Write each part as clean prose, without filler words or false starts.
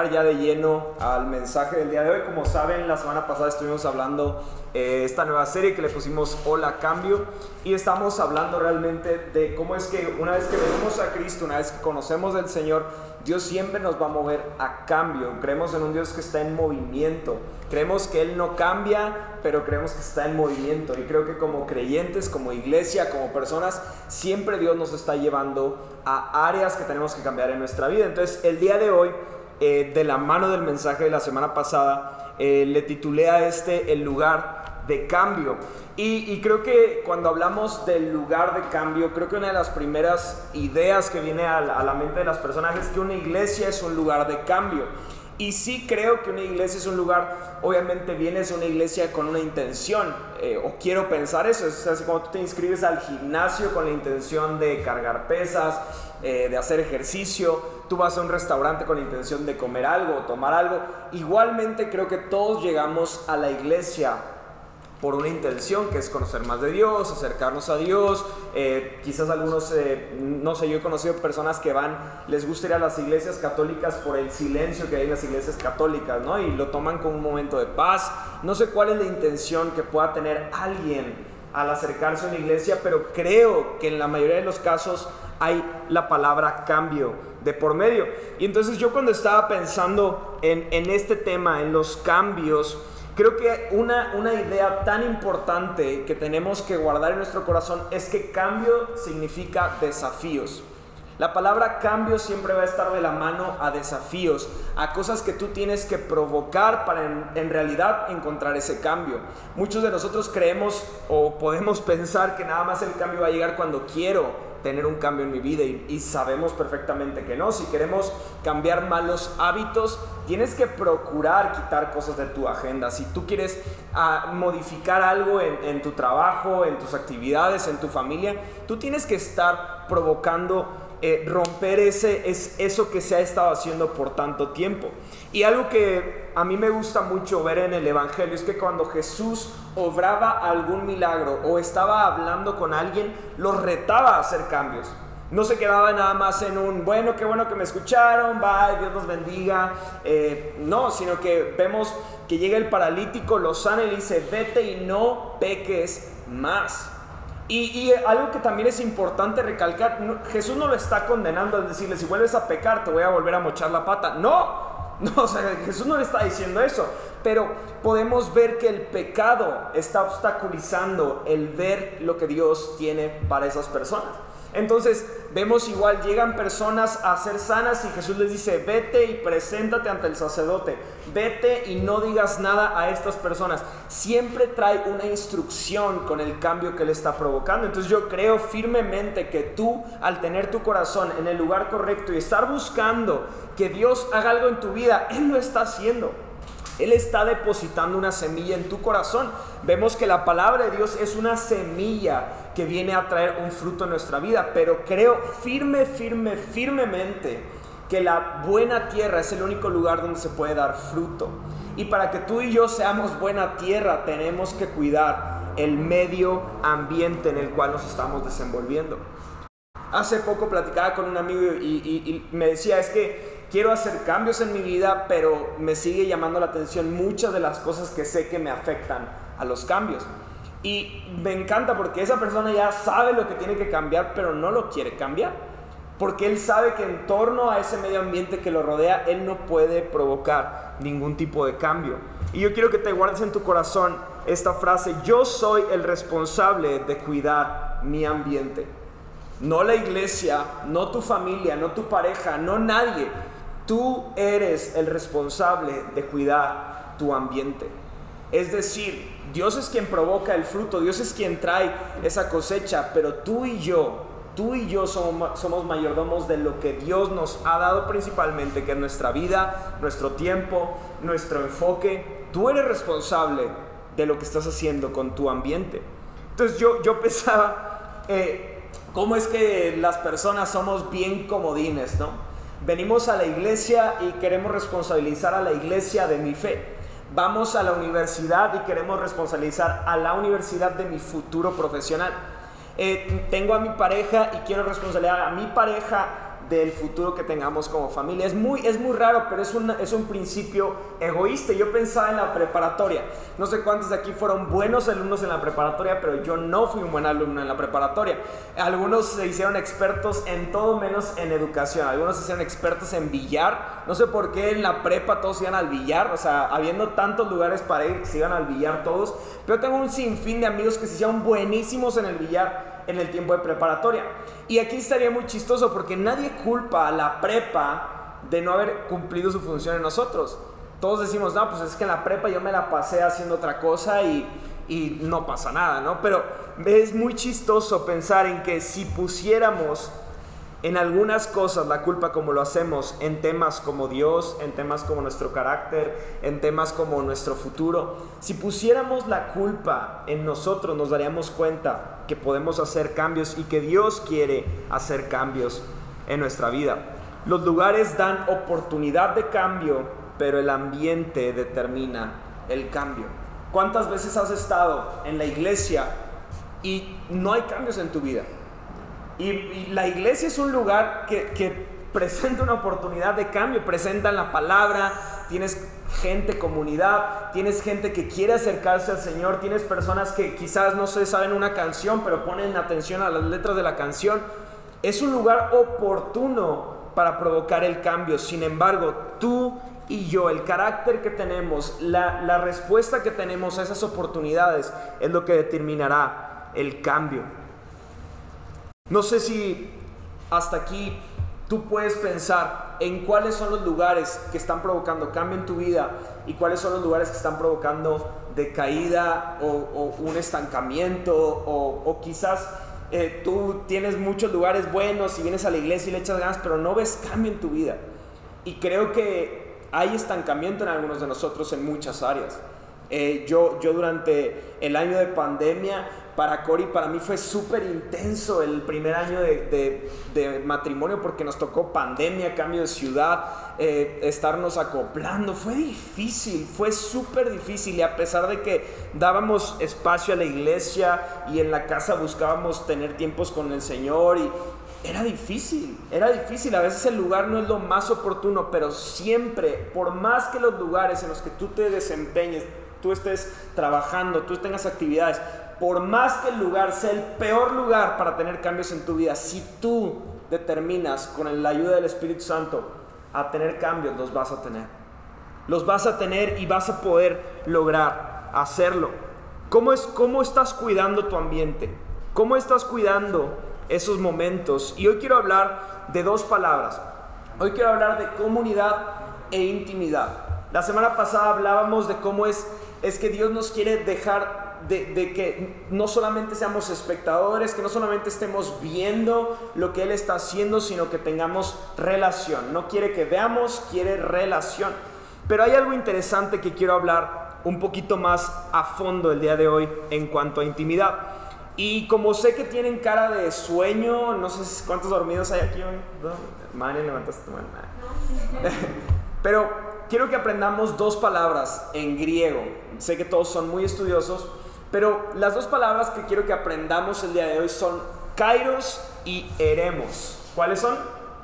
entrar ya de lleno al mensaje del día de hoy. Como saben, la semana pasada estuvimos hablando esta nueva serie que le pusimos Hola Cambio, y estamos hablando realmente de cómo es que una vez que venimos a Cristo, una vez que conocemos del Señor, Dios siempre nos va a mover a cambio. Creemos en un Dios que está en movimiento. Creemos que Él no cambia, pero creemos que está en movimiento. Y creo que como creyentes, como iglesia, como personas, siempre Dios nos está llevando a áreas que tenemos que cambiar en nuestra vida. Entonces, el día de hoy, de la mano del mensaje de la semana pasada, le titulé a el lugar de cambio. Y creo que cuando hablamos del lugar de cambio, creo que una de las primeras ideas que viene a la mente de las personas es que una iglesia es un lugar de cambio. Y sí creo que una iglesia es un lugar, obviamente vienes a una iglesia con una intención, o quiero pensar eso. Es así como tú te inscribes al gimnasio con la intención de cargar pesas, de hacer ejercicio. Tú vas a un restaurante con la intención de comer algo o tomar algo. Igualmente creo que todos llegamos a la iglesia por una intención, que es conocer más de Dios, acercarnos a Dios. Quizás algunos, no sé, yo he conocido personas que les gusta ir a las iglesias católicas por el silencio que hay en las iglesias católicas, ¿no? Y lo toman como un momento de paz. No sé cuál es la intención que pueda tener alguien al acercarse a una iglesia, pero creo que en la mayoría de los casos hay la palabra cambio de por medio. Y entonces yo, cuando estaba pensando en este tema, en los cambios, creo que una idea tan importante que tenemos que guardar en nuestro corazón es que cambio significa desafíos. La palabra cambio siempre va a estar de la mano a desafíos, a cosas que tú tienes que provocar para en realidad encontrar ese cambio. Muchos de nosotros creemos o podemos pensar que nada más el cambio va a llegar cuando quiero tener un cambio en mi vida, y sabemos perfectamente que no. Si queremos cambiar malos hábitos, tienes que procurar quitar cosas de tu agenda. Si tú quieres modificar algo en tu trabajo, en tus actividades, en tu familia, tú tienes que estar provocando romper eso que se ha estado haciendo por tanto tiempo. Y algo que a mí me gusta mucho ver en el Evangelio es que cuando Jesús obraba algún milagro o estaba hablando con alguien, los retaba a hacer cambios. No se quedaba nada más en un, bueno, qué bueno que me escucharon, bye, Dios los bendiga. No, sino que vemos que llega el paralítico, lo sana y le dice, vete y no peques más. Y algo que también es importante recalcar, Jesús no lo está condenando al decirle, si vuelves a pecar te voy a volver a mochar la pata. No, o sea, Jesús no le está diciendo eso, pero podemos ver que el pecado está obstaculizando el ver lo que Dios tiene para esas personas. Entonces vemos igual, llegan personas a ser sanas y Jesús les dice, vete y preséntate ante el sacerdote, vete y no digas nada a estas personas. Siempre trae una instrucción con el cambio que Él está provocando. Entonces yo creo firmemente que tú, al tener tu corazón en el lugar correcto y estar buscando que Dios haga algo en tu vida, Él lo está haciendo. Él está depositando una semilla en tu corazón. Vemos que la palabra de Dios es una semilla que viene a traer un fruto en nuestra vida, pero creo firmemente que la buena tierra es el único lugar donde se puede dar fruto. Y para que tú y yo seamos buena tierra, tenemos que cuidar el medio ambiente en el cual nos estamos desenvolviendo. Hace poco platicaba con un amigo y me decía, es que quiero hacer cambios en mi vida, pero me sigue llamando la atención muchas de las cosas que sé que me afectan a los cambios. Y me encanta porque esa persona ya sabe lo que tiene que cambiar, pero no lo quiere cambiar. Porque él sabe que en torno a ese medio ambiente que lo rodea, él no puede provocar ningún tipo de cambio. Y yo quiero que te guardes en tu corazón esta frase: yo soy el responsable de cuidar mi ambiente. No la iglesia, no tu familia, no tu pareja, no nadie. Tú eres el responsable de cuidar tu ambiente. Es decir, Dios es quien provoca el fruto, Dios es quien trae esa cosecha, pero tú y yo somos mayordomos de lo que Dios nos ha dado principalmente, que es nuestra vida, nuestro tiempo, nuestro enfoque. Tú eres responsable de lo que estás haciendo con tu ambiente. Entonces yo pensaba, cómo es que las personas somos bien comodines, ¿no? Venimos a la iglesia y queremos responsabilizar a la iglesia de mi fe. Vamos a la universidad y queremos responsabilizar a la universidad de mi futuro profesional. Tengo a mi pareja y quiero responsabilizar a mi pareja del futuro que tengamos como familia. Es muy raro, pero es un principio egoísta. Yo pensaba en la preparatoria. No sé cuántos de aquí fueron buenos alumnos en la preparatoria, pero yo no fui un buen alumno en la preparatoria. Algunos se hicieron expertos en todo menos en educación. Algunos se hicieron expertos en billar. No sé por qué en la prepa todos iban al billar. O sea, habiendo tantos lugares para ir, se iban al billar todos. Pero tengo un sinfín de amigos que se hicieron buenísimos en el billar en el tiempo de preparatoria. Y aquí estaría muy chistoso porque nadie culpa a la prepa de no haber cumplido su función en nosotros. Todos decimos, no, pues es que en la prepa yo me la pasé haciendo otra cosa y no pasa nada, ¿no? Pero es muy chistoso pensar en que si pusiéramos en algunas cosas la culpa como lo hacemos en temas como Dios, en temas como nuestro carácter, en temas como nuestro futuro, si pusiéramos la culpa en nosotros, nos daríamos cuenta que podemos hacer cambios y que Dios quiere hacer cambios en nuestra vida. Los lugares dan oportunidad de cambio, pero el ambiente determina el cambio. ¿Cuántas veces has estado en la iglesia y no hay cambios en tu vida? Y la iglesia es un lugar que presenta una oportunidad de cambio, presentan la palabra, tienes gente, comunidad, tienes gente que quiere acercarse al Señor, tienes personas que quizás no se saben una canción, pero ponen atención a las letras de la canción. Es un lugar oportuno para provocar el cambio. Sin embargo, tú y yo, el carácter que tenemos, la respuesta que tenemos a esas oportunidades es lo que determinará el cambio. No sé si hasta aquí tú puedes pensar en cuáles son los lugares que están provocando cambio en tu vida y cuáles son los lugares que están provocando decaída o un estancamiento o quizás tú tienes muchos lugares buenos y vienes a la iglesia y le echas ganas, pero no ves cambio en tu vida. Y creo que hay estancamiento en algunos de nosotros en muchas áreas. Yo durante el año de pandemia, para Cory, para mí fue súper intenso el primer año de matrimonio porque nos tocó pandemia, cambio de ciudad, estarnos acoplando. Fue difícil, fue súper difícil, y a pesar de que dábamos espacio a la iglesia y en la casa buscábamos tener tiempos con el Señor, y era difícil. A veces el lugar no es lo más oportuno, pero siempre, por más que los lugares en los que tú te desempeñes, tú estés trabajando, tú tengas actividades, por más que el lugar sea el peor lugar para tener cambios en tu vida, si tú determinas con la ayuda del Espíritu Santo a tener cambios, los vas a tener. Los vas a tener y vas a poder lograr hacerlo. ¿Cómo estás cuidando tu ambiente? ¿Cómo estás cuidando esos momentos? Y hoy quiero hablar de dos palabras. Hoy quiero hablar de comunidad e intimidad. La semana pasada hablábamos de cómo es que Dios nos quiere dejar de que no solamente seamos espectadores, que no solamente estemos viendo lo que Él está haciendo, sino que tengamos relación. No quiere que veamos, quiere relación. Pero hay algo interesante que quiero hablar un poquito más a fondo el día de hoy en cuanto a intimidad. Y como sé que tienen cara de sueño, no sé cuántos dormidos hay aquí hoy. ¿No? Mane, levantaste tu mano. Pero quiero que aprendamos dos palabras en griego. Sé que todos son muy estudiosos, pero las dos palabras que quiero que aprendamos el día de hoy son kairos y eremos. ¿Cuáles son?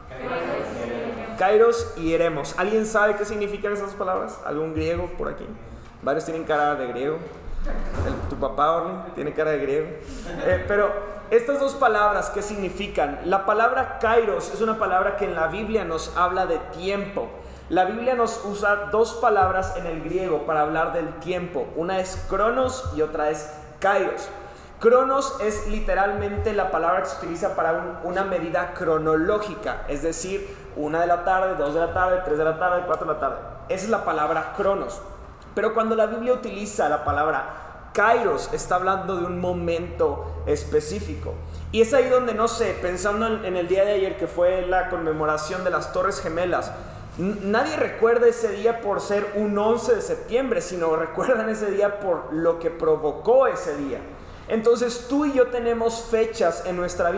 Kairos y eremos. ¿Alguien sabe qué significan esas palabras? ¿Algún griego por aquí? Varios tienen cara de griego. Tu papá, Orly, tiene cara de griego. Pero estas dos palabras, ¿qué significan? La palabra kairos es una palabra que en la Biblia nos habla de tiempo. La Biblia nos usa dos palabras en el griego para hablar del tiempo. Una es cronos y otra es kairos. Cronos es literalmente la palabra que se utiliza para una medida cronológica, es decir, 1 de la tarde, 2 de la tarde, 3 de la tarde, 4 de la tarde. Esa es la palabra cronos. Pero cuando la Biblia utiliza la palabra kairos, está hablando de un momento específico. Y es ahí donde, no sé, pensando en el día de ayer, que fue la conmemoración de las Torres Gemelas, nadie recuerda ese día por ser un 11 de septiembre, sino recuerdan ese día por lo que provocó ese día. Entonces tú y yo tenemos fechas en nuestra vida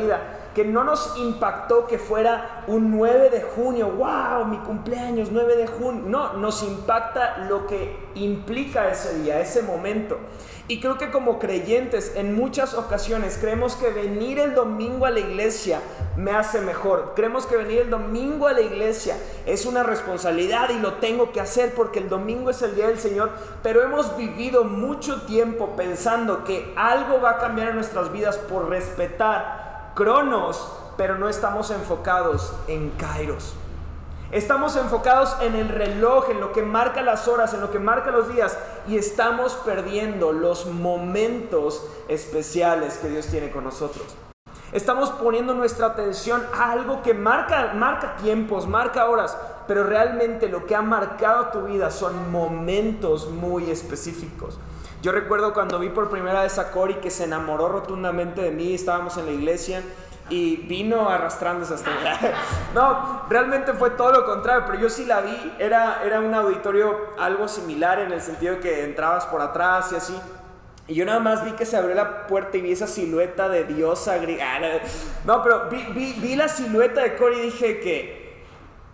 que no nos impactó que fuera un 9 de junio, wow, mi cumpleaños, 9 de junio. No, nos impacta lo que implica ese día, ese momento. Y creo que como creyentes en muchas ocasiones creemos que venir el domingo a la iglesia me hace mejor. Creemos que venir el domingo a la iglesia es una responsabilidad y lo tengo que hacer porque el domingo es el día del Señor. Pero hemos vivido mucho tiempo pensando que algo va a cambiar en nuestras vidas por respetar Cronos, pero no estamos enfocados en Kairos. Estamos enfocados en el reloj, en lo que marca las horas, en lo que marca los días, y estamos perdiendo los momentos especiales que Dios tiene con nosotros. Estamos poniendo nuestra atención a algo que marca tiempos, marca horas, pero realmente lo que ha marcado tu vida son momentos muy específicos. Yo recuerdo cuando vi por primera vez a Cory, que se enamoró rotundamente de mí. Estábamos en la iglesia y vino arrastrándose hasta allá. No, realmente fue todo lo contrario, pero yo sí la vi. Era un auditorio algo similar en el sentido que entrabas por atrás y así. Y yo nada más vi que se abrió la puerta y vi esa silueta de diosa griega. No, pero vi la silueta de Cory y dije que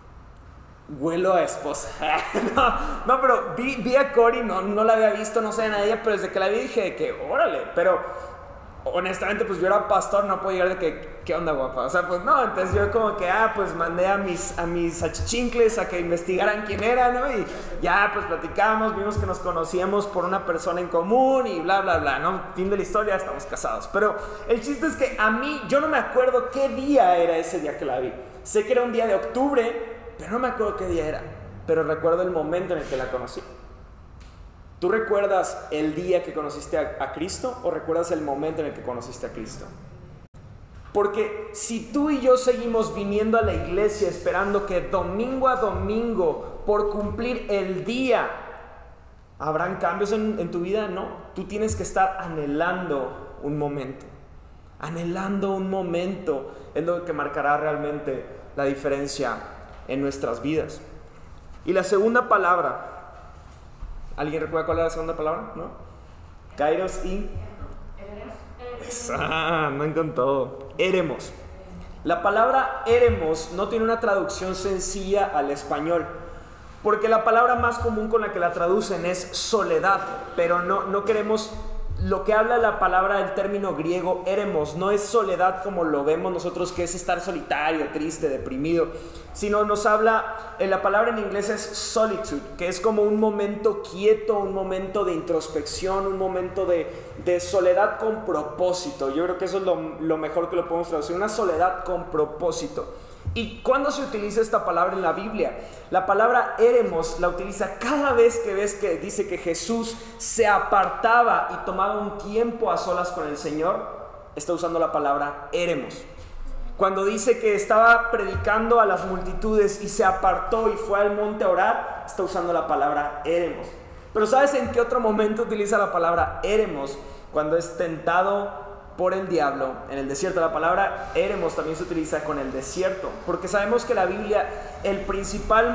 huelo a esposa. No, pero vi a Cory, no la había visto, no sabía nada de ella, pero desde que la vi dije que órale, pero honestamente pues yo era pastor, no puedo llegar de que ¿qué onda, guapa? O sea, pues no, entonces yo como que pues mandé a mis achichincles a que investigaran quién era, ¿no? Y ya pues platicamos, vimos que nos conocíamos por una persona en común y bla bla bla, ¿no? Fin de la historia, estamos casados. Pero el chiste es que a mí, yo no me acuerdo qué día era ese día que la vi. Sé que era un día de octubre, pero no me acuerdo qué día era, pero recuerdo el momento en el que la conocí. ¿Tú recuerdas el día que conociste a Cristo o recuerdas el momento en el que conociste a Cristo? Porque si tú y yo seguimos viniendo a la iglesia esperando que domingo a domingo, por cumplir el día, ¿habrán cambios en tu vida? No, tú tienes que estar anhelando un momento. Anhelando un momento es lo que marcará realmente la diferencia en nuestras vidas. Y la segunda palabra, ¿alguien recuerda cuál era la segunda palabra? ¿No? Kairos y... no encantó. Éremos. La palabra éremos no tiene una traducción sencilla al español, porque la palabra más común con la que la traducen es soledad, pero no queremos... Lo que habla la palabra, el término griego éremos, no es soledad como lo vemos nosotros, que es estar solitario, triste, deprimido, sino nos habla, la palabra en inglés es solitude, que es como un momento quieto, un momento de introspección, un momento de soledad con propósito. Yo creo que eso es lo mejor que lo podemos traducir, una soledad con propósito. ¿Y cuándo se utiliza esta palabra en la Biblia? La palabra éremos la utiliza cada vez que ves que dice que Jesús se apartaba y tomaba un tiempo a solas con el Señor. Está usando la palabra éremos. Cuando dice que estaba predicando a las multitudes y se apartó y fue al monte a orar, está usando la palabra éremos. Pero ¿sabes en qué otro momento utiliza la palabra éremos? Cuando es tentado por el diablo en el desierto. La palabra éremos también se utiliza con el desierto, porque sabemos que la Biblia, el principal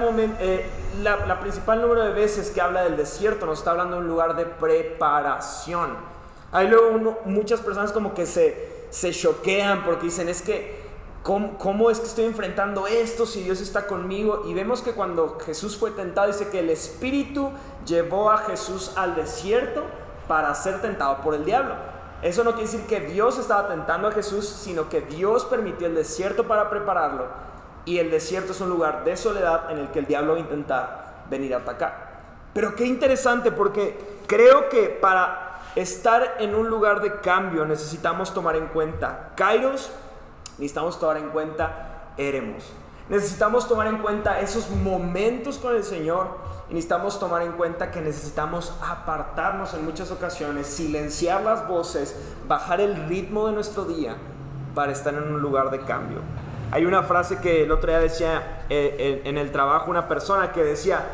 número de veces que habla del desierto nos está hablando de un lugar de preparación. Hay luego muchas personas como que se choquean porque dicen, es que ¿cómo es que estoy enfrentando esto si Dios está conmigo? Y vemos que cuando Jesús fue tentado, dice que el Espíritu llevó a Jesús al desierto para ser tentado por el diablo. Eso no quiere decir que Dios estaba tentando a Jesús, sino que Dios permitió el desierto para prepararlo. Y el desierto es un lugar de soledad en el que el diablo va a intentar venir a atacar. Pero qué interesante, porque creo que para estar en un lugar de cambio necesitamos tomar en cuenta Kairos, necesitamos tomar en cuenta éremos. Necesitamos tomar en cuenta esos momentos con el Señor y necesitamos tomar en cuenta que necesitamos apartarnos en muchas ocasiones, silenciar las voces, bajar el ritmo de nuestro día para estar en un lugar de cambio. Hay una frase que el otro día decía en el trabajo una persona que decía,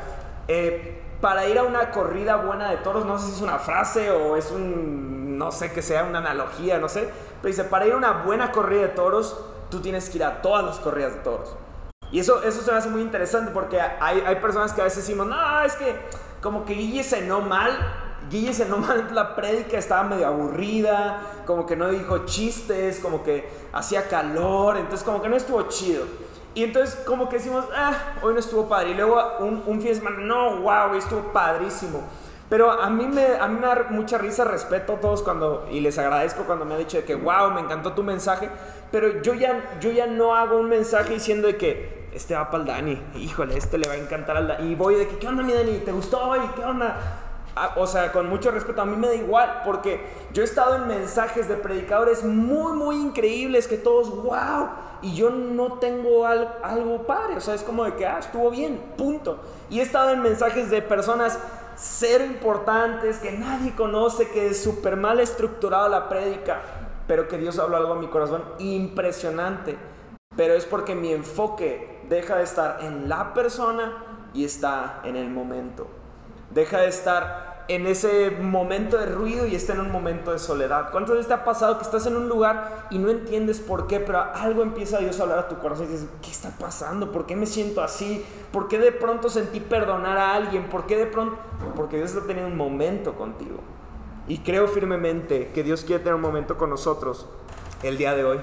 para ir a una corrida buena de toros, no sé si es una frase o es no sé, que sea una analogía, no sé, pero dice, para ir a una buena corrida de toros, tú tienes que ir a todas las corridas de toros. Y eso se me hace muy interesante porque hay personas que a veces decimos, no, es que como que Guille cenó mal Guille dice, no mames, la prédica estaba medio aburrida, como que no dijo chistes, como que hacía calor, entonces como que no estuvo chido. Y entonces como que decimos, hoy no estuvo padre. Y luego un fin de semana, no, wow, estuvo padrísimo. Pero a mí me da mucha risa, respeto a todos y les agradezco cuando me han dicho de que wow, me encantó tu mensaje. Pero yo ya no hago un mensaje diciendo de que este va para el Dani, híjole, este le va a encantar al Dani. Y voy de que, ¿qué onda mi Dani? ¿Te gustó hoy? ¿Qué onda? O sea, con mucho respeto, a mí me da igual, porque yo he estado en mensajes de predicadores muy, muy increíbles que todos, wow, y yo no tengo algo padre, o sea, es como de que, estuvo bien, punto. Y he estado en mensajes de personas cero importantes, que nadie conoce, que es súper mal estructurado la prédica, pero que Dios habló algo a mi corazón impresionante. Pero es porque mi enfoque deja de estar en la persona y está en el momento. Deja de estar en ese momento de ruido y está en un momento de soledad. ¿Cuántas veces te ha pasado que estás en un lugar y no entiendes por qué, pero algo empieza Dios a hablar a tu corazón y dices, ¿qué está pasando? ¿Por qué me siento así? ¿Por qué de pronto sentí perdonar a alguien? ¿Por qué de pronto? Porque Dios está teniendo un momento contigo. Y creo firmemente que Dios quiere tener un momento con nosotros el día de hoy.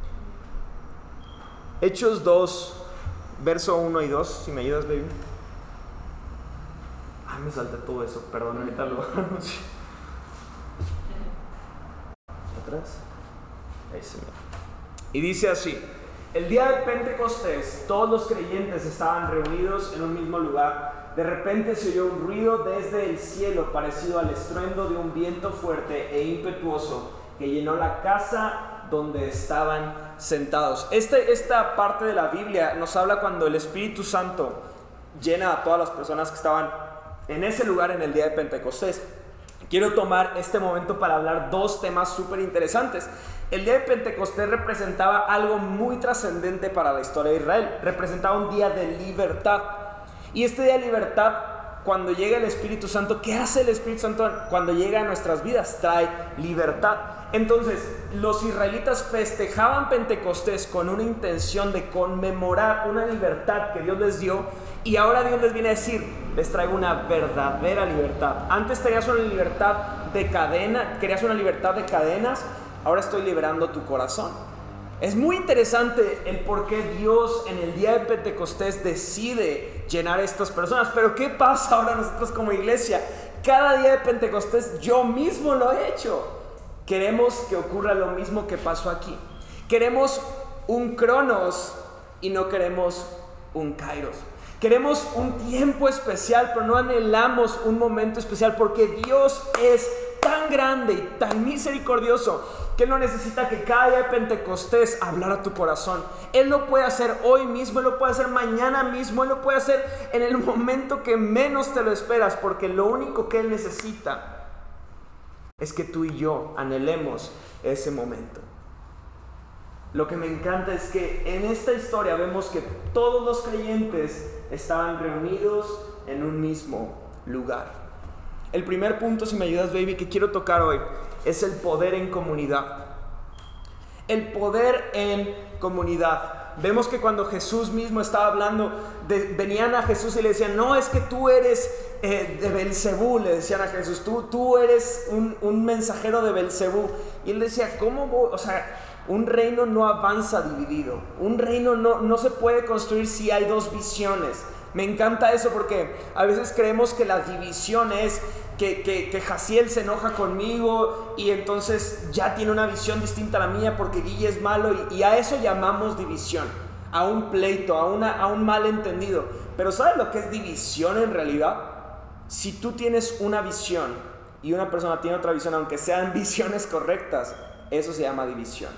Hechos 2, verso 1 y 2, si me ayudas, baby. Me salté todo eso, perdón, ahorita lo anuncio. Atrás. Ahí se me... Y dice así: el día de Pentecostés, todos los creyentes estaban reunidos en un mismo lugar. De repente se oyó un ruido desde el cielo, parecido al estruendo de un viento fuerte e impetuoso, que llenó la casa donde estaban sentados. Esta parte de la Biblia nos habla cuando el Espíritu Santo llena a todas las personas que estaban en ese lugar en el día de Pentecostés. Quiero tomar este momento para hablar dos temas súper interesantes. El día de Pentecostés representaba algo muy trascendente para la historia de Israel. Representaba un día de libertad. Y este día de libertad, cuando llega el Espíritu Santo, ¿qué hace el Espíritu Santo cuando llega a nuestras vidas? Trae libertad. Entonces, los israelitas festejaban Pentecostés con una intención de conmemorar una libertad que Dios les dio. Y ahora Dios les viene a decir, les traigo una verdadera libertad. Antes tenías una libertad de cadena, querías una libertad de cadenas, ahora estoy liberando tu corazón. Es muy interesante el por qué Dios en el día de Pentecostés decide llenar a estas personas. Pero ¿qué pasa ahora nosotros como iglesia? Cada día de Pentecostés yo mismo lo he hecho. Queremos que ocurra lo mismo que pasó aquí. Queremos un Cronos y no queremos un Kairos. Queremos un tiempo especial, pero no anhelamos un momento especial, porque Dios es tan grande y tan misericordioso que Él no necesita que cada día de Pentecostés hablar a tu corazón. Él lo puede hacer hoy mismo, Él lo puede hacer mañana mismo, Él lo puede hacer en el momento que menos te lo esperas, porque lo único que Él necesita es que tú y yo anhelemos ese momento. Lo que me encanta es que en esta historia vemos que todos los creyentes estaban reunidos en un mismo lugar. El primer punto, si me ayudas, baby, que quiero tocar hoy es el poder en comunidad. El poder en comunidad. Vemos que cuando Jesús mismo estaba hablando, venían a Jesús y le decían, no, es que tú eres de Belcebú, le decían a Jesús, tú eres un mensajero de Belcebú. Y él decía, ¿cómo voy? O sea, un reino no avanza dividido. Un reino no se puede construir si hay dos visiones. Me encanta eso porque a veces creemos que la división es que Jaciel se enoja conmigo y entonces ya tiene una visión distinta a la mía porque Guille es malo, y a eso llamamos división, a un pleito, a un malentendido. Pero ¿sabes lo que es división en realidad? Si tú tienes una visión y una persona tiene otra visión, aunque sean visiones correctas, eso se llama división.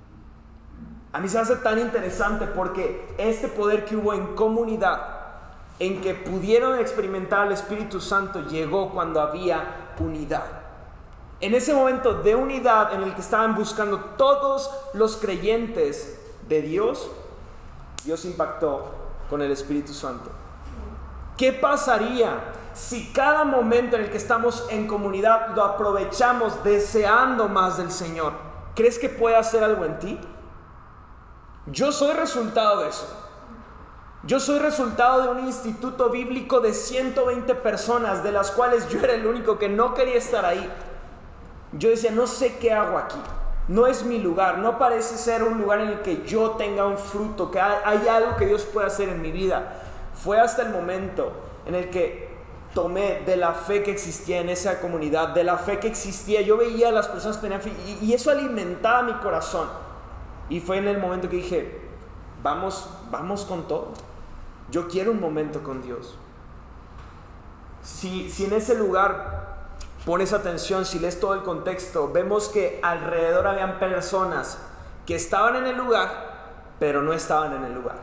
A mí se me hace tan interesante porque este poder que hubo en comunidad, en que pudieron experimentar al Espíritu Santo, llegó cuando había unidad. En ese momento de unidad en el que estaban buscando todos los creyentes de Dios, Dios impactó con el Espíritu Santo. ¿Qué pasaría si cada momento en el que estamos en comunidad lo aprovechamos deseando más del Señor? ¿Crees que puede hacer algo en ti? Yo soy resultado de eso. Yo soy resultado de un instituto bíblico de 120 personas, de las cuales yo era el único que no quería estar ahí. Yo decía, no sé qué hago aquí. No es mi lugar, no parece ser un lugar en el que yo tenga un fruto, que hay algo que Dios puede hacer en mi vida. Fue hasta el momento en el que tomé de la fe que existía en esa comunidad, de la fe que existía. Yo veía a las personas que tenían fe y eso alimentaba mi corazón. Y fue en el momento que dije, vamos con todo. Yo quiero un momento con Dios. Si en ese lugar pones atención, si lees todo el contexto, vemos que alrededor habían personas que estaban en el lugar, pero no estaban en el lugar.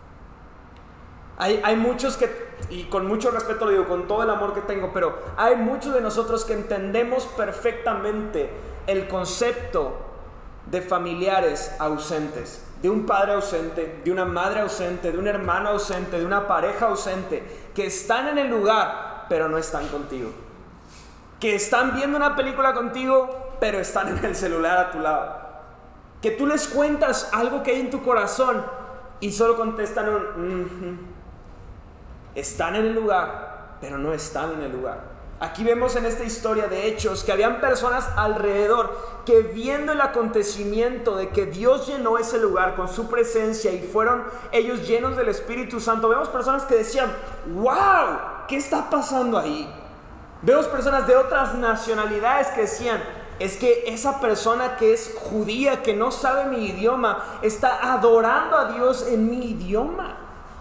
Hay muchos que, y con mucho respeto lo digo, con todo el amor que tengo, pero hay muchos de nosotros que entendemos perfectamente el concepto de familiares ausentes, de un padre ausente, de una madre ausente, de un hermano ausente, de una pareja ausente, que están en el lugar, pero no están contigo. Que están viendo una película contigo, pero están en el celular a tu lado. Que tú les cuentas algo que hay en tu corazón y solo contestan un Están en el lugar, pero no están en el lugar. Aquí vemos en esta historia de Hechos que habían personas alrededor que, viendo el acontecimiento de que Dios llenó ese lugar con su presencia y fueron ellos llenos del Espíritu Santo, vemos personas que decían, ¡wow! ¿Qué está pasando ahí? Vemos personas de otras nacionalidades que decían, es que esa persona que es judía, que no sabe mi idioma, está adorando a Dios en mi idioma.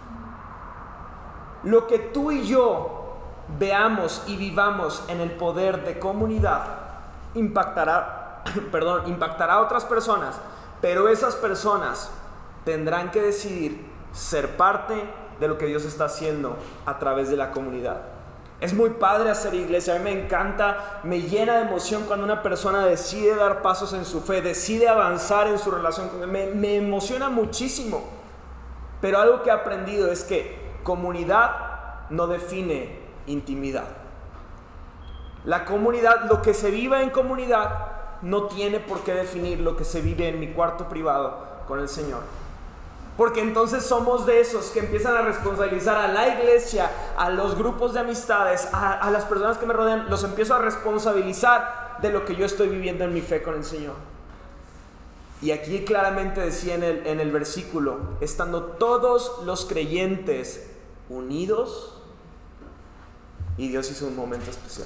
Lo que tú y yo veamos y vivamos en el poder de comunidad impactará a otras personas, pero esas personas tendrán que decidir ser parte de lo que Dios está haciendo a través de la comunidad. Es muy padre hacer iglesia, a mí me encanta, me llena de emoción cuando una persona decide dar pasos en su fe, decide avanzar en su relación con Dios, me emociona muchísimo. Pero algo que he aprendido es que comunidad no define intimidad. La comunidad, lo que se vive en comunidad, no tiene por qué definir lo que se vive en mi cuarto privado con el Señor. Porque entonces somos de esos que empiezan a responsabilizar a la iglesia, a los grupos de amistades, a las personas que me rodean, los empiezo a responsabilizar de lo que yo estoy viviendo en mi fe con el Señor. Y aquí claramente decía en el versículo, estando todos los creyentes unidos, y Dios hizo un momento especial.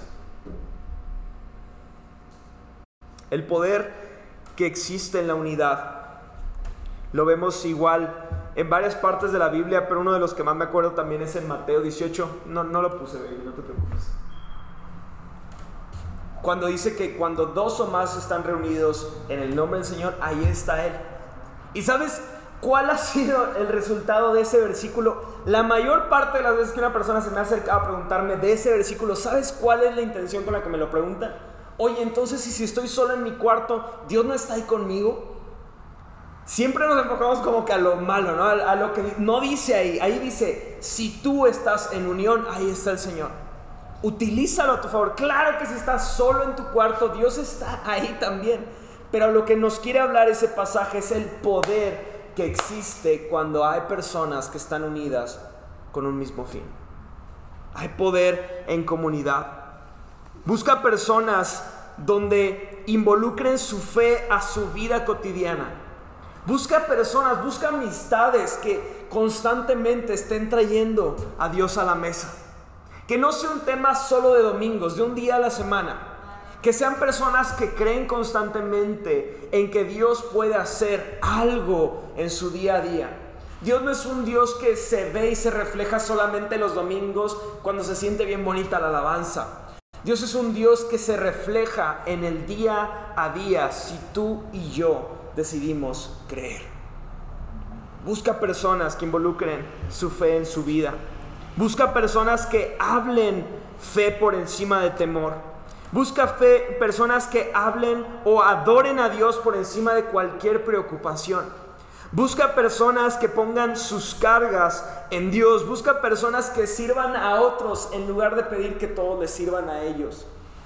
El poder que existe en la unidad lo vemos igual en varias partes de la Biblia, pero uno de los que más me acuerdo también es en Mateo 18. No lo puse, baby, no te preocupes. Cuando dice que cuando dos o más están reunidos en el nombre del Señor, ahí está Él. ¿Y sabes cuál ha sido el resultado de ese versículo? La mayor parte de las veces que una persona se me ha acercado a preguntarme de ese versículo, ¿sabes cuál es la intención con la que me lo preguntan? Oye, entonces, si estoy solo en mi cuarto, ¿Dios no está ahí conmigo? Siempre nos enfocamos como que a lo malo, ¿no? A lo que no dice ahí. Ahí dice, si tú estás en unión, ahí está el Señor. Utilízalo a tu favor. Claro que si estás solo en tu cuarto, Dios está ahí también. Pero lo que nos quiere hablar ese pasaje es el poder que existe cuando hay personas que están unidas con un mismo fin. Hay poder en comunidad. Busca personas donde involucren su fe a su vida cotidiana. Busca personas, busca amistades que constantemente estén trayendo a Dios a la mesa. Que no sea un tema solo de domingos, de un día a la semana. Que sean personas que creen constantemente en que Dios puede hacer algo en su día a día. Dios no es un Dios que se ve y se refleja solamente los domingos cuando se siente bien bonita la alabanza. Dios es un Dios que se refleja en el día a día si tú y yo decidimos creer. Busca personas que involucren su fe en su vida. Busca personas que hablen fe por encima de temor. Busca personas que hablen o adoren a Dios por encima de cualquier preocupación. Busca personas que pongan sus cargas en Dios. Busca personas que sirvan a otros en lugar de pedir que todos les sirvan a ellos.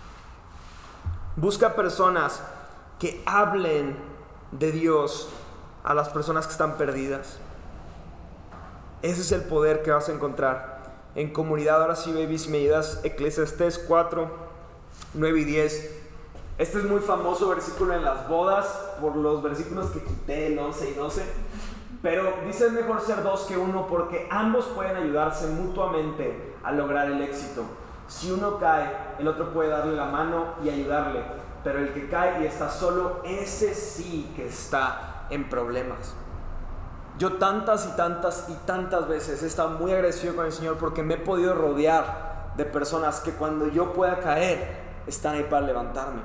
Busca personas que hablen de Dios a las personas que están perdidas. Ese es el poder que vas a encontrar en comunidad. Ahora sí, baby, si me ayudas, Eclesiastés 4, 9 y 10. Este es muy famoso versículo en las bodas por los versículos que quité, el 11 y 12. Pero dice: es mejor ser dos que uno, porque ambos pueden ayudarse mutuamente a lograr el éxito. Si uno cae, el otro puede darle la mano y ayudarle. Pero el que cae y está solo, ese sí que está en problemas. Yo tantas y tantas veces he estado muy agradecido con el Señor porque me he podido rodear de personas que cuando yo pueda caer, están ahí para levantarme.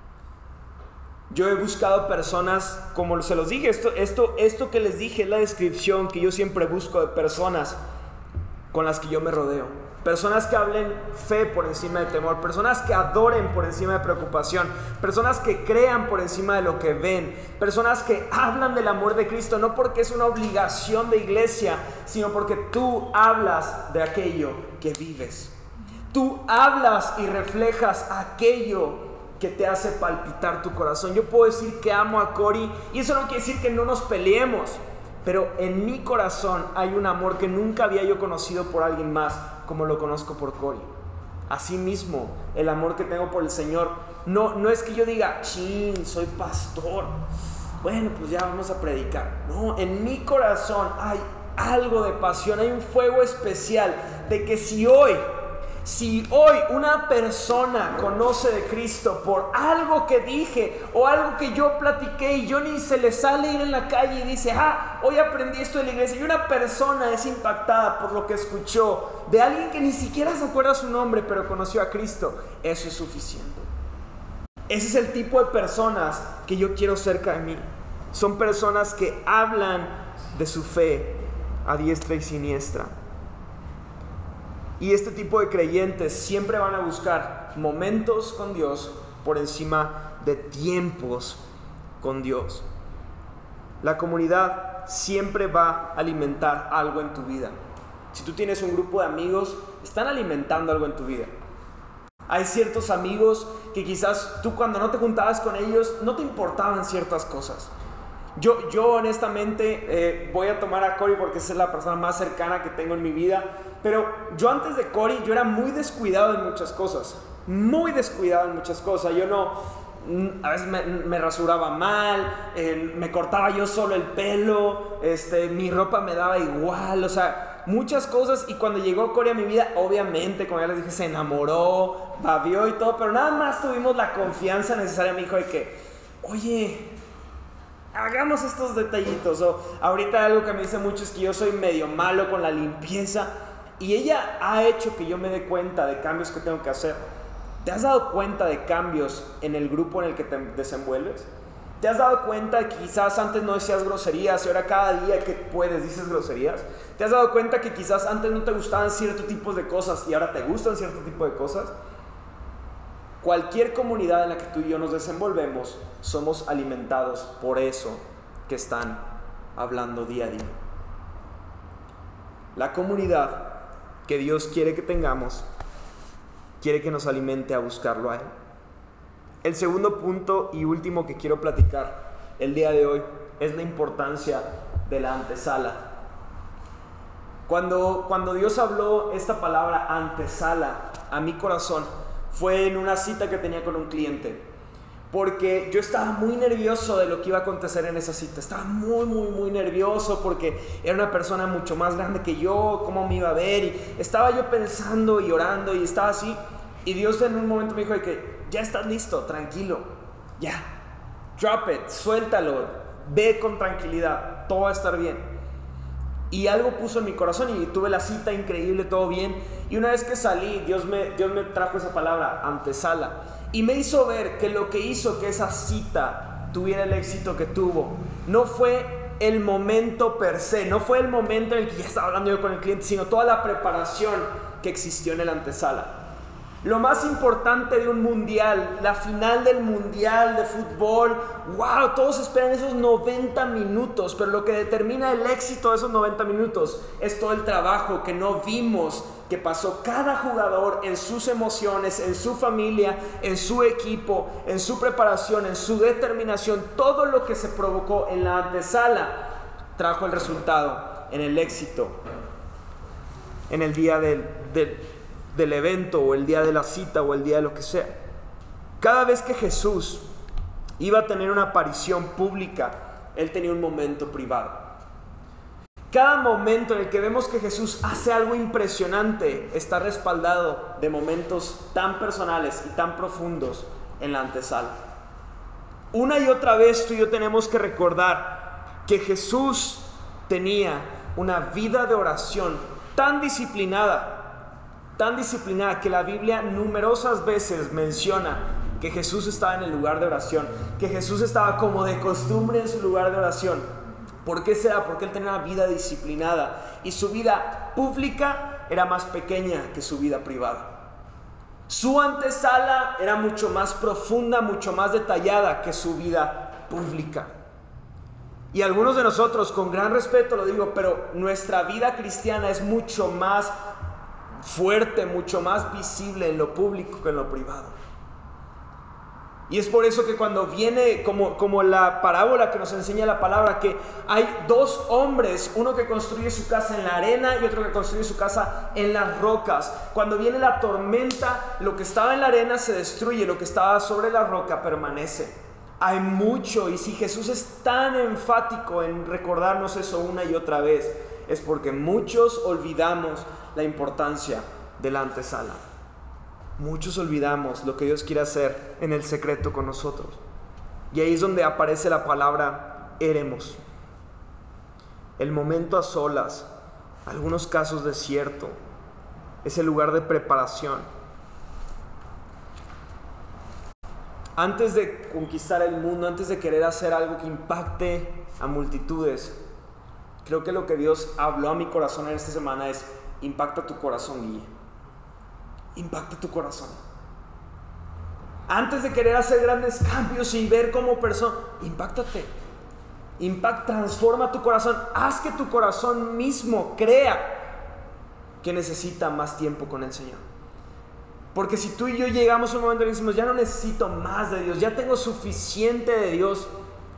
Yo he buscado personas, como se los dije, esto que les dije es la descripción que yo siempre busco de personas con las que yo me rodeo. Personas que hablen fe por encima de temor, personas que adoren por encima de preocupación, personas que crean por encima de lo que ven, personas que hablan del amor de Cristo, no porque es una obligación de iglesia, sino porque tú hablas de aquello que vives. Tú hablas y reflejas aquello que te hace palpitar tu corazón. Yo puedo decir que amo a Cory y eso no quiere decir que no nos peleemos, pero en mi corazón hay un amor que nunca había yo conocido por alguien más como lo conozco por Cory. Asimismo, el amor que tengo por el Señor no es que yo diga, chin, soy pastor, bueno, pues ya vamos a predicar. No, en mi corazón hay algo de pasión, hay un fuego especial de que si hoy una persona conoce de Cristo por algo que dije o algo que yo platiqué y yo ni se le sale ir en la calle y dice, hoy aprendí esto de la iglesia, y una persona es impactada por lo que escuchó de alguien que ni siquiera se acuerda su nombre pero conoció a Cristo, eso es suficiente. Ese es el tipo de personas que yo quiero cerca de mí. Son personas que hablan de su fe a diestra y siniestra. Y este tipo de creyentes siempre van a buscar momentos con Dios por encima de tiempos con Dios. La comunidad siempre va a alimentar algo en tu vida. Si tú tienes un grupo de amigos, están alimentando algo en tu vida. Hay ciertos amigos que quizás tú cuando no te juntabas con ellos no te importaban ciertas cosas. Yo honestamente voy a tomar a Cory porque esa es la persona más cercana que tengo en mi vida. Pero yo antes de Cory, yo era muy descuidado en muchas cosas. Muy descuidado en muchas cosas. Yo a veces me rasuraba mal, me cortaba yo solo el pelo, mi ropa me daba igual, o sea, muchas cosas. Y cuando llegó Cory a mi vida, obviamente, como ya les dije, se enamoró, babió y todo, pero nada más tuvimos la confianza necesaria, me dijo, de que, oye, hagamos estos detallitos. O ahorita algo que me dice mucho es que yo soy medio malo con la limpieza, y ella ha hecho que yo me dé cuenta de cambios que tengo que hacer. ¿Te has dado cuenta de cambios en el grupo en el que te desenvuelves? ¿Te has dado cuenta de que quizás antes no decías groserías y ahora cada día que puedes dices groserías? ¿Te has dado cuenta que quizás antes no te gustaban ciertos tipos de cosas y ahora te gustan cierto tipo de cosas? Cualquier comunidad en la que tú y yo nos desenvolvemos, somos alimentados por eso que están hablando día a día. La comunidad que Dios quiere que tengamos, quiere que nos alimente a buscarlo a Él. El segundo punto y último que quiero platicar el día de hoy es la importancia de la antesala. Cuando Dios habló esta palabra antesala a mi corazón, fue en una cita que tenía con un cliente, porque yo estaba muy nervioso de lo que iba a acontecer en esa cita. Estaba muy nervioso porque era una persona mucho más grande que yo, cómo me iba a ver, y estaba yo pensando y orando y estaba así, y Dios en un momento me dijo de que ya estás listo, tranquilo, ya, drop it, suéltalo, ve con tranquilidad, todo va a estar bien. Y algo puso en mi corazón y tuve la cita increíble, todo bien. Y una vez que salí, Dios me trajo esa palabra, antesala. Y me hizo ver que lo que hizo que esa cita tuviera el éxito que tuvo no fue el momento per se, no fue el momento en el que ya estaba hablando yo con el cliente, sino toda la preparación que existió en el antesala. Lo más importante de un mundial, la final del mundial de fútbol, wow, todos esperan esos 90 minutos, pero lo que determina el éxito de esos 90 minutos es todo el trabajo que no vimos, que pasó cada jugador en sus emociones, en su familia, en su equipo, en su preparación, en su determinación. Todo lo que se provocó en la antesala trajo el resultado en el éxito en el día del evento, o el día de la cita, o el día de lo que sea. Cada vez que Jesús iba a tener una aparición pública, Él tenía un momento privado. Cada momento en el que vemos que Jesús hace algo impresionante está respaldado de momentos tan personales y tan profundos en la antesala. Una y otra vez tú y yo tenemos que recordar que Jesús tenía una vida de oración tan disciplinada que la Biblia numerosas veces menciona que Jesús estaba en el lugar de oración, que Jesús estaba como de costumbre en su lugar de oración. ¿Por qué será? Porque Él tenía una vida disciplinada y su vida pública era más pequeña que su vida privada. Su antesala era mucho más profunda, mucho más detallada que su vida pública. Y algunos de nosotros, con gran respeto lo digo, pero nuestra vida cristiana es mucho más fuerte, mucho más visible en lo público que en lo privado. Y es por eso que cuando viene, como la parábola que nos enseña la palabra, que hay dos hombres, uno que construye su casa en la arena y otro que construye su casa en las rocas. Cuando viene la tormenta, lo que estaba en la arena se destruye, lo que estaba sobre la roca permanece. Hay mucho, y si Jesús es tan enfático en recordarnos eso una y otra vez, es porque muchos olvidamos la importancia de la antesala. Muchos olvidamos lo que Dios quiere hacer en el secreto con nosotros. Y ahí es donde aparece la palabra eremos. El momento a solas, algunos casos desierto, es el lugar de preparación. Antes de conquistar el mundo, antes de querer hacer algo que impacte a multitudes, creo que lo que Dios habló a mi corazón en esta semana es: impacta tu corazón, Guille. Impacta tu corazón. Antes de querer hacer grandes cambios y ver como persona, impáctate. Transforma tu corazón. Haz que tu corazón mismo crea que necesita más tiempo con el Señor. Porque si tú y yo llegamos a un momento y decimos: ya no necesito más de Dios, ya tengo suficiente de Dios,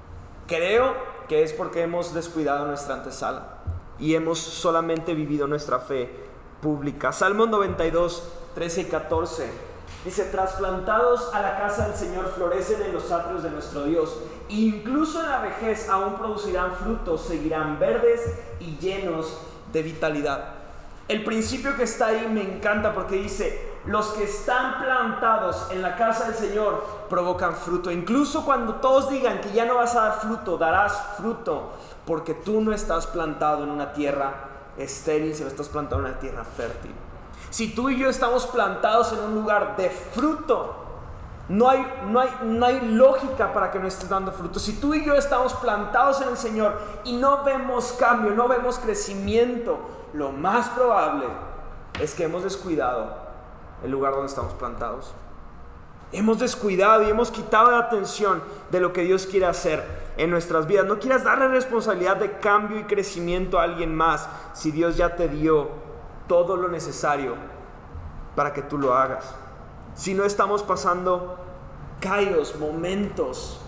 creo que es porque hemos descuidado nuestra antesala y hemos solamente vivido nuestra fe pública. Salmo 92, 13 y 14 dice: trasplantados a la casa del Señor, florecen en los atrios de nuestro Dios. Incluso en la vejez aún producirán frutos, seguirán verdes y llenos de vitalidad. El principio que está ahí me encanta porque dice: los que están plantados en la casa del Señor provocan fruto. Incluso cuando todos digan que ya no vas a dar fruto, darás fruto, porque tú no estás plantado en una tierra estéril, sino estás plantado en una tierra fértil. Si tú y yo estamos plantados en un lugar de fruto, no hay lógica para que no estés dando fruto. Si tú y yo estamos plantados en el Señor y no vemos cambio, no vemos crecimiento, lo más probable es que hemos descuidado el lugar donde estamos plantados. Hemos descuidado y hemos quitado la atención de lo que Dios quiere hacer en nuestras vidas. No quieras darle responsabilidad de cambio y crecimiento a alguien más si Dios ya te dio todo lo necesario para que tú lo hagas. Si no estamos pasando kairos, momentos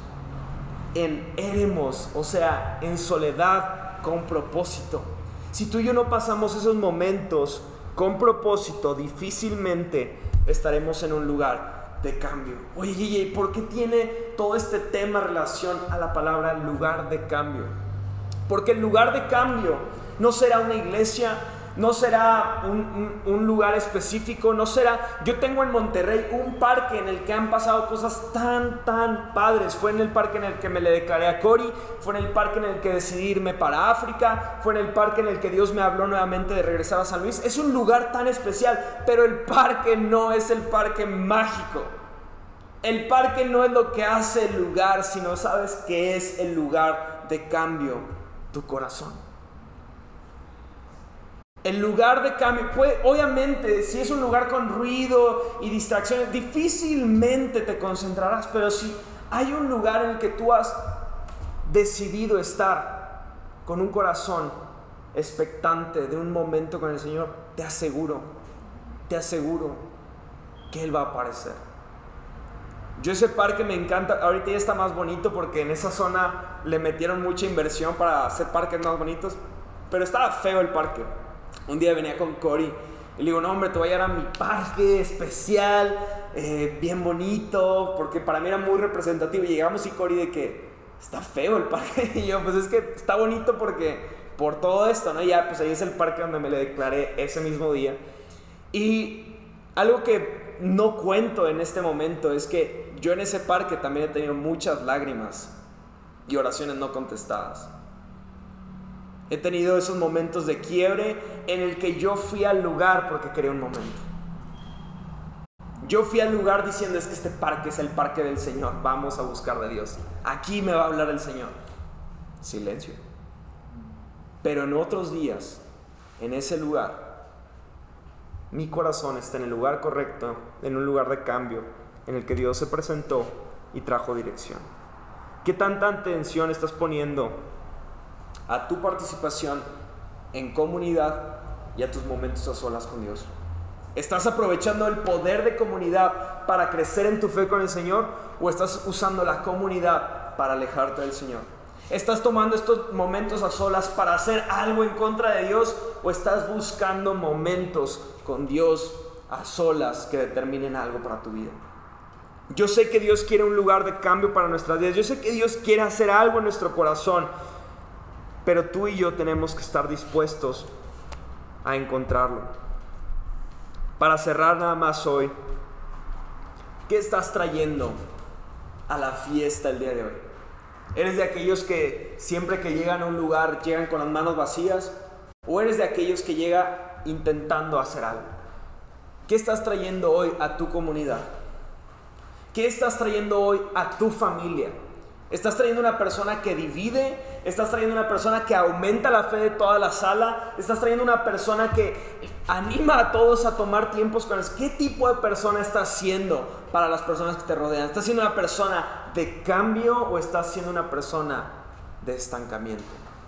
en eremos, o sea, en soledad con propósito. Si tú y yo no pasamos esos momentos con propósito, difícilmente estaremos en un lugar de cambio. Oye, Guille, ¿por qué tiene todo este tema relación a la palabra lugar de cambio? Porque el lugar de cambio no será una iglesia, no será un lugar específico, no será... Yo tengo en Monterrey un parque en el que han pasado cosas tan padres. Fue en el parque en el que me le declaré a Cory, fue en el parque en el que decidí irme para África, fue en el parque en el que Dios me habló nuevamente de regresar a San Luis. Es un lugar tan especial, pero el parque no es el parque mágico. El parque no es lo que hace el lugar, sino sabes que es el lugar de cambio, tu corazón. El lugar de cambio, obviamente, si es un lugar con ruido y distracciones, difícilmente te concentrarás, pero si hay un lugar en el que tú has decidido estar con un corazón expectante de un momento con el Señor, te aseguro que Él va a aparecer. Yo ese parque me encanta, ahorita ya está más bonito porque en esa zona le metieron mucha inversión para hacer parques más bonitos, pero estaba feo el parque. Un día venía con Cory y le digo, no hombre, te voy a llevar a mi parque especial, bien bonito, porque para mí era muy representativo. Y llegamos y Cory de que está feo el parque. Y yo, pues es que está bonito porque por todo esto, ¿no? Y ya, pues ahí es el parque donde me le declaré ese mismo día. Y algo que no cuento en este momento es que yo en ese parque también he tenido muchas lágrimas y oraciones no contestadas. He tenido esos momentos de quiebre en el que yo fui al lugar porque quería un momento. Yo fui al lugar diciendo, es que este parque es el parque del Señor, vamos a buscar de Dios. Aquí me va a hablar el Señor. Silencio. Pero en otros días, en ese lugar, mi corazón está en el lugar correcto, en un lugar de cambio, en el que Dios se presentó y trajo dirección. ¿Qué tanta atención estás poniendo a tu participación en comunidad y a tus momentos a solas con Dios? ¿Estás aprovechando el poder de comunidad para crecer en tu fe con el Señor? ¿O estás usando la comunidad para alejarte del Señor? ¿Estás tomando estos momentos a solas para hacer algo en contra de Dios? ¿O estás buscando momentos con Dios a solas que determinen algo para tu vida? Yo sé que Dios quiere un lugar de cambio para nuestras vidas. Yo sé que Dios quiere hacer algo en nuestro corazón. Pero tú y yo tenemos que estar dispuestos a encontrarlo. Para cerrar nada más hoy, ¿qué estás trayendo a la fiesta el día de hoy? ¿Eres de aquellos que siempre que llegan a un lugar llegan con las manos vacías? ¿O eres de aquellos que llegan intentando hacer algo? ¿Qué estás trayendo hoy a tu comunidad? ¿Qué estás trayendo hoy a tu familia? ¿Estás trayendo una persona que divide? ¿Estás trayendo una persona que aumenta la fe de toda la sala? ¿Estás trayendo una persona que anima a todos a tomar tiempos con ellos? ¿Qué tipo de persona estás siendo para las personas que te rodean? ¿Estás siendo una persona de cambio o estás siendo una persona de estancamiento?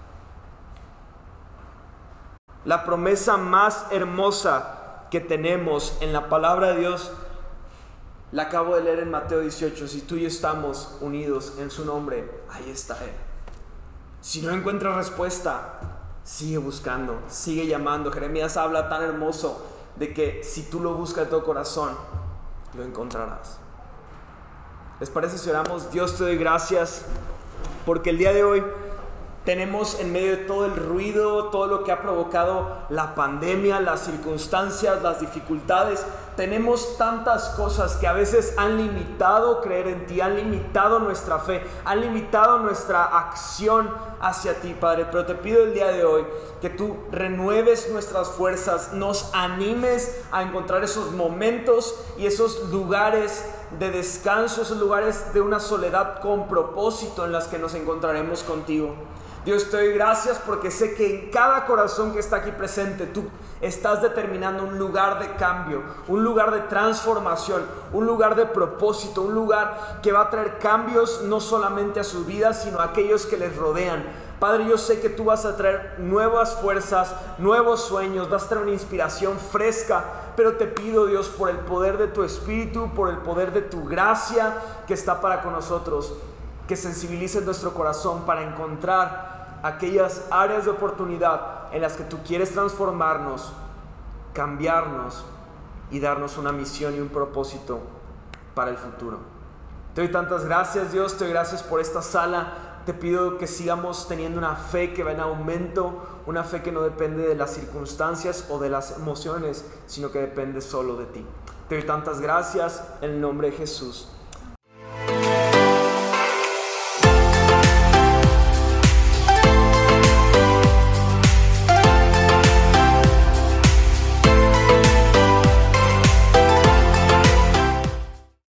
La promesa más hermosa que tenemos en la palabra de Dios la acabo de leer en Mateo 18. Si tú y yo estamos unidos en su nombre, ahí está Él. Si no encuentras respuesta, sigue buscando, sigue llamando. Jeremías habla tan hermoso de que si tú lo buscas de todo corazón, lo encontrarás. ¿Les parece si oramos? Dios, te doy gracias porque el día de hoy tenemos en medio de todo el ruido, todo lo que ha provocado la pandemia, las circunstancias, las dificultades, tenemos tantas cosas que a veces han limitado creer en ti, han limitado nuestra fe, han limitado nuestra acción hacia ti, Padre. Pero te pido el día de hoy que tú renueves nuestras fuerzas, nos animes a encontrar esos momentos y esos lugares de descanso, esos lugares de una soledad con propósito en las que nos encontraremos contigo. Dios, te doy gracias porque sé que en cada corazón que está aquí presente tú estás determinando un lugar de cambio, un lugar de transformación, un lugar de propósito, un lugar que va a traer cambios no solamente a sus vidas, sino a aquellos que les rodean. Padre, yo sé que tú vas a traer nuevas fuerzas, nuevos sueños, vas a traer una inspiración fresca, pero te pido, Dios, por el poder de tu Espíritu, por el poder de tu gracia que está para con nosotros, que sensibilices nuestro corazón para encontrar aquellas áreas de oportunidad en las que tú quieres transformarnos, cambiarnos y darnos una misión y un propósito para el futuro. Te doy tantas gracias, Dios, te doy gracias por esta sala. Te pido que sigamos teniendo una fe que va en aumento, una fe que no depende de las circunstancias o de las emociones, sino que depende solo de ti. Te doy tantas gracias en el nombre de Jesús.